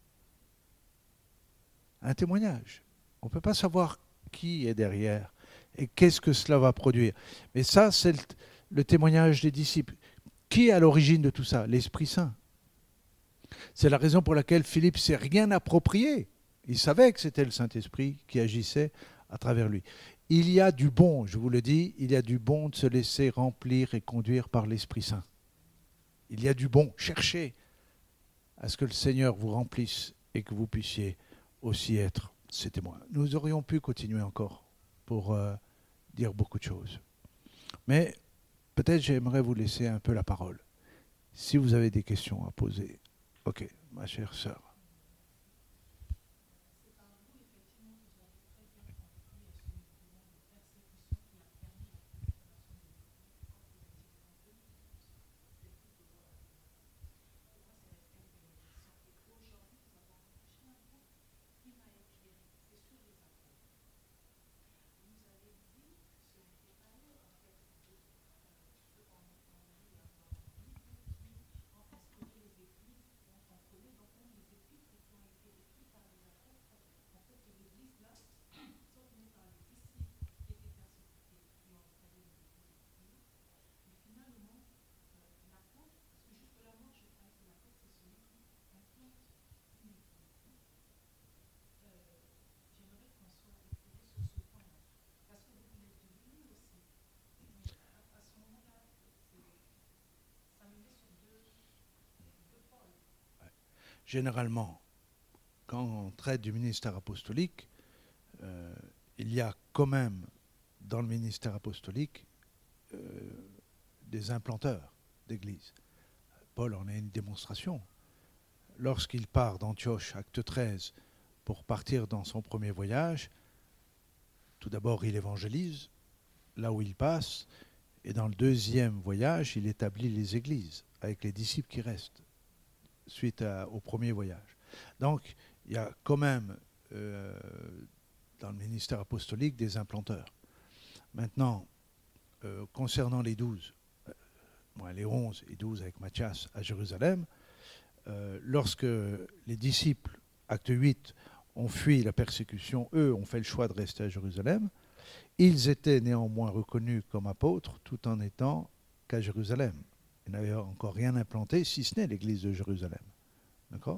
Un témoignage. On ne peut pas savoir qui est derrière et qu'est-ce que cela va produire. Mais ça, c'est le, le témoignage des disciples. Qui est à l'origine de tout ça? L'Esprit Saint. C'est la raison pour laquelle Philippe ne s'est rien approprié. Il savait que c'était le Saint-Esprit qui agissait à travers lui. Il y a du bon, je vous le dis, il y a du bon de se laisser remplir et conduire par l'Esprit Saint. Il y a du bon. Cherchez à ce que le Seigneur vous remplisse et que vous puissiez aussi être ses témoins. Nous aurions pu continuer encore pour euh, dire beaucoup de choses. Mais peut-être j'aimerais vous laisser un peu la parole. Si vous avez des questions à poser. Ok, ma chère sœur. Généralement, quand on traite du ministère apostolique, euh, il y a quand même dans le ministère apostolique euh, des implanteurs d'église. Paul en est une démonstration. Lorsqu'il part d'Antioche, acte treize, pour partir dans son premier voyage, tout d'abord il évangélise là où il passe, et dans le deuxième voyage, il établit les églises avec les disciples qui restent suite à, au premier voyage. Donc, il y a quand même euh, dans le ministère apostolique des implanteurs. Maintenant, euh, concernant les douze, euh, bon, les onze et douze avec Matthias à Jérusalem, euh, lorsque les disciples, acte huit, ont fui la persécution, eux ont fait le choix de rester à Jérusalem, ils étaient néanmoins reconnus comme apôtres tout en étant qu'à Jérusalem. Ils n'avaient encore rien implanté, si ce n'est l'église de Jérusalem. D'accord ?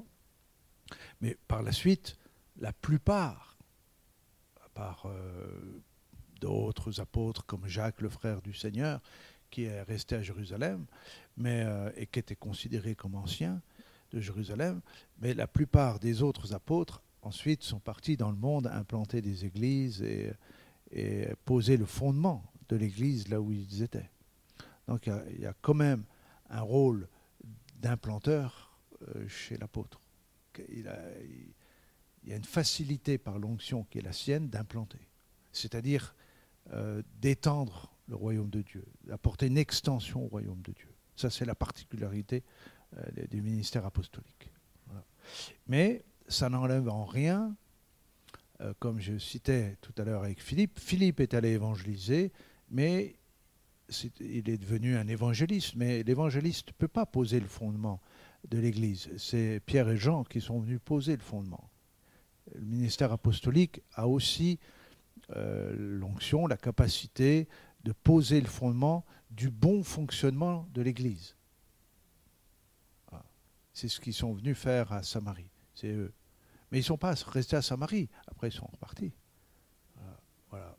Mais par la suite, la plupart, à part euh, d'autres apôtres comme Jacques, le frère du Seigneur, qui est resté à Jérusalem, mais, euh, et qui était considéré comme ancien de Jérusalem, mais la plupart des autres apôtres, ensuite, sont partis dans le monde implanter des églises et, et poser le fondement de l'église là où ils étaient. Donc il y, y a quand même un rôle d'implanteur euh, chez l'apôtre. Il, a, il, il y a une facilité par l'onction qui est la sienne d'implanter, c'est-à-dire euh, d'étendre le royaume de Dieu, d'apporter une extension au royaume de Dieu. Ça, c'est la particularité euh, du ministère apostolique. Voilà. Mais ça n'enlève en rien, euh, comme je citais tout à l'heure avec Philippe, Philippe est allé évangéliser, mais c'est, il est devenu un évangéliste, mais l'évangéliste ne peut pas poser le fondement de l'Église. C'est Pierre et Jean qui sont venus poser le fondement. Le ministère apostolique a aussi euh, l'onction, la capacité de poser le fondement du bon fonctionnement de l'Église. Voilà. C'est ce qu'ils sont venus faire à Samarie, c'est eux. Mais ils ne sont pas restés à Samarie, après ils sont repartis. Voilà. Voilà.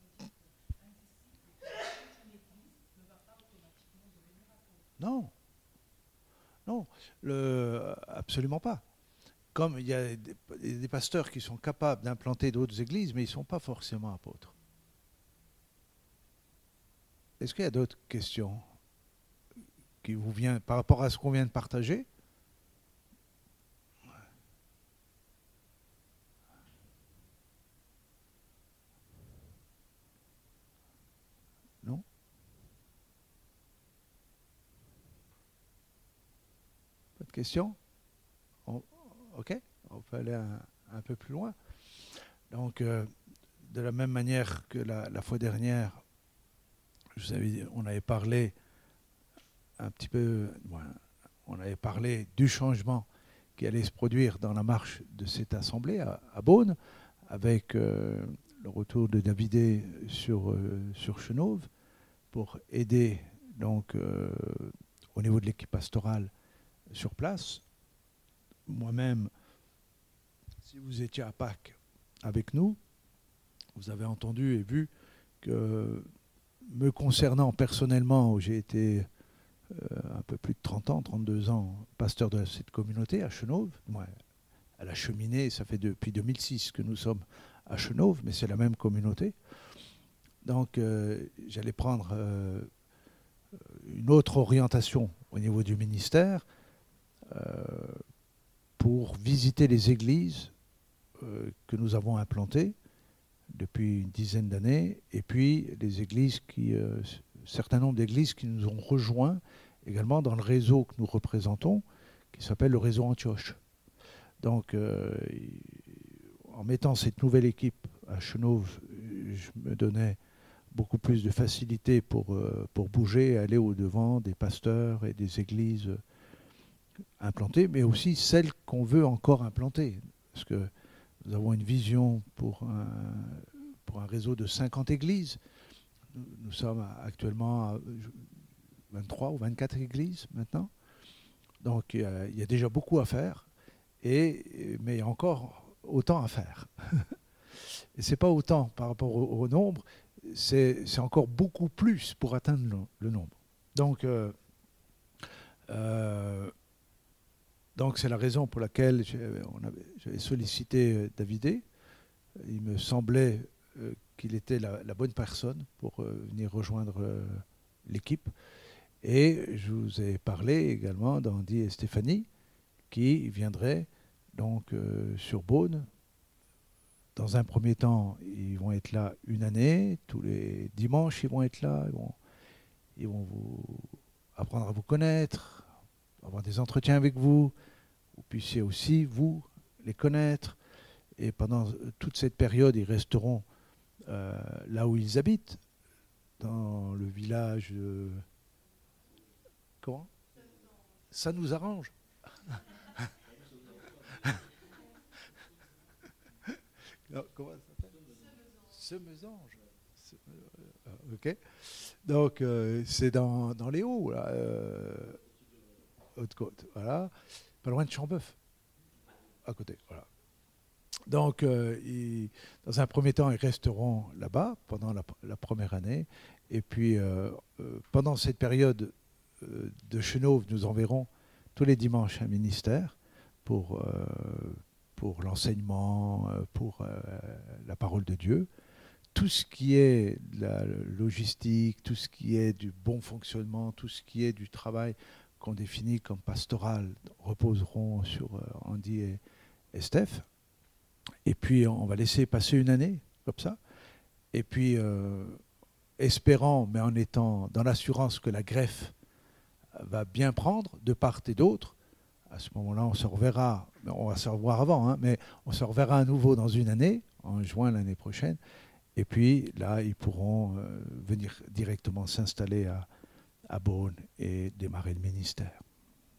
Non, non, le, absolument pas. Comme il y a des, des pasteurs qui sont capables d'implanter d'autres églises, mais ils ne sont pas forcément apôtres. Est-ce qu'il y a d'autres questions qui vous viennent par rapport à ce qu'on vient de partager ? Non ? Pas de questions ? On, ok, on peut aller un, un peu plus loin. Donc, euh, de la même manière que la, la fois dernière, je vous avais, on avait parlé un petit peu, ouais, on avait parlé du changement qui allait se produire dans la marche de cette assemblée à, à Beaune, avec euh, le retour de Davidé sur, euh, sur Chenôve, pour aider donc, euh, au niveau de l'équipe pastorale sur place. Moi-même, si vous étiez à Pâques avec nous, vous avez entendu et vu que, me concernant personnellement, où j'ai été euh, un peu plus de trente ans, trente-deux ans, pasteur de cette communauté à Chenôve, moi, à la cheminée, ça fait depuis deux mille six que nous sommes à Chenôve, mais c'est la même communauté. Donc euh, j'allais prendre euh, une autre orientation au niveau du ministère euh, pour visiter les églises euh, que nous avons implantées depuis une dizaine d'années, et puis les églises qui, euh, certain nombre d'églises qui nous ont rejoints également dans le réseau que nous représentons, qui s'appelle le réseau Antioche. Donc, euh, en mettant cette nouvelle équipe à Chenôve, je me donnais beaucoup plus de facilité pour, euh, pour bouger, aller au-devant des pasteurs et des églises implantées, mais aussi celles qu'on veut encore implanter. Parce que nous avons une vision pour un, pour un réseau de cinquante églises. Nous, nous sommes actuellement à vingt-trois ou vingt-quatre églises maintenant. Donc il y, y a déjà beaucoup à faire, et, mais il y a encore autant à faire. Et ce n'est pas autant par rapport au, au nombre, c'est, c'est encore beaucoup plus pour atteindre le, le nombre. Donc, euh, euh, donc c'est la raison pour laquelle on avait, j'avais sollicité Davidé. Il me semblait euh, qu'il était la, la bonne personne pour euh, venir rejoindre euh, l'équipe. Et je vous ai parlé également d'Andy et Stéphanie qui viendraient donc euh, sur Beaune. Dans un premier temps, ils vont être là une année. Tous les dimanches, ils vont être là. Ils vont, ils vont vous apprendre à vous connaître, avoir des entretiens avec vous. Vous puissiez aussi, vous, les connaître. Et pendant toute cette période, ils resteront euh, là où ils habitent, dans le village de... Comment ? Ça nous arrange. Non, comment ça s'appelle ? Semesange. Ok. Donc, euh, c'est dans, dans les Hauts, là. Euh, Haute-Côte, voilà, pas loin de Chambeuf, à côté, voilà. Donc, euh, ils, dans un premier temps, ils resteront là-bas pendant la, la première année. Et puis, euh, euh, pendant cette période euh, de Chenauve, nous enverrons tous les dimanches un ministère pour, euh, pour l'enseignement, euh, pour euh, la parole de Dieu. Tout ce qui est la logistique, tout ce qui est du bon fonctionnement, tout ce qui est du travail qu'on définit comme pastoral reposeront sur euh, Andy et, et Steph. Et puis on va laisser passer une année comme ça. Et puis euh, espérant, mais en étant dans l'assurance que la greffe va bien prendre de part et d'autre, à ce moment-là on se reverra, on va se revoir avant, hein, mais on se reverra à nouveau dans une année, en juin l'année prochaine. Et puis là, ils pourront euh, venir directement s'installer à, à Beaune et démarrer le ministère. OK ?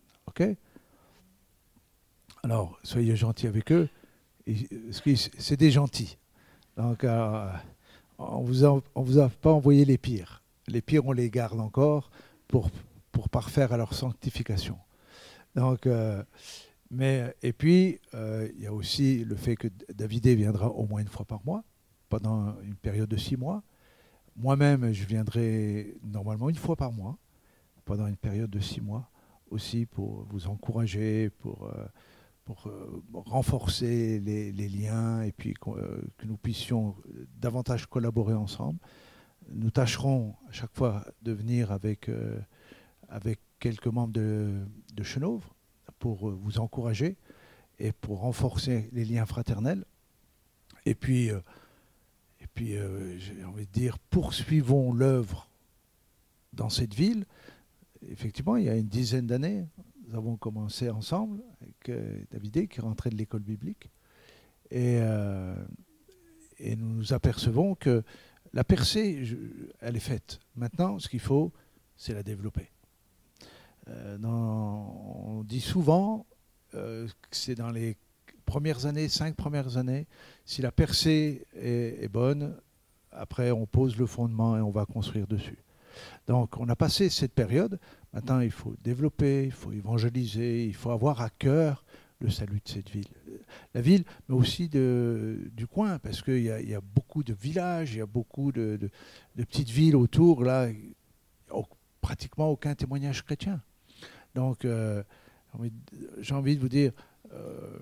Alors, soyez gentils avec eux. C'est des gentils. Donc, euh, on ne vous a pas envoyé les pires. Les pires, on les garde encore pour, pour parfaire à leur sanctification. Donc, euh, mais, et puis, euh, il y a aussi le fait que Davidé viendra au moins une fois par mois, pendant une période de six mois. Moi-même, je viendrai normalement une fois par mois, pendant une période de six mois, aussi pour vous encourager, pour, euh, pour euh, renforcer les, les liens et puis euh, que nous puissions davantage collaborer ensemble. Nous tâcherons à chaque fois de venir avec, euh, avec quelques membres de, de Chenauve pour euh, vous encourager et pour renforcer les liens fraternels. Et puis, euh, et puis euh, j'ai envie de dire, poursuivons l'œuvre dans cette ville. Effectivement, il y a une dizaine d'années, nous avons commencé ensemble avec euh, Davidé qui rentrait de l'école biblique. Et, euh, et nous nous apercevons que la percée, je, elle est faite. Maintenant, ce qu'il faut, c'est la développer. Euh, dans, on dit souvent euh, que c'est dans les premières années, cinq premières années, si la percée est, est bonne, après on pose le fondement et on va construire dessus. Donc on a passé cette période, maintenant il faut développer, il faut évangéliser, il faut avoir à cœur le salut de cette ville. La ville, mais aussi de, du coin, parce qu'il y, y a beaucoup de villages, il y a beaucoup de, de, de petites villes autour, là, pratiquement aucun témoignage chrétien. Donc euh, j'ai envie de vous dire, euh,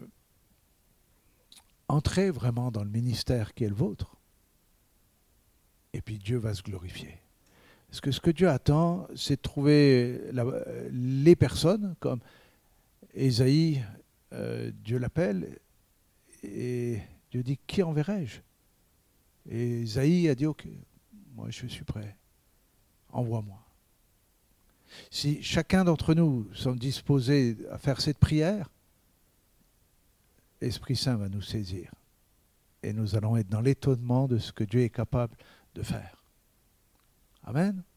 entrez vraiment dans le ministère qui est le vôtre, et puis Dieu va se glorifier. Parce que ce que Dieu attend, c'est de trouver la, les personnes, comme Ésaïe, euh, Dieu l'appelle, et Dieu dit, qui enverrai-je? Et Ésaïe a dit, ok, moi je suis prêt, envoie-moi. Si chacun d'entre nous sommes disposés à faire cette prière, l'Esprit Saint va nous saisir. Et nous allons être dans l'étonnement de ce que Dieu est capable de faire. Amen.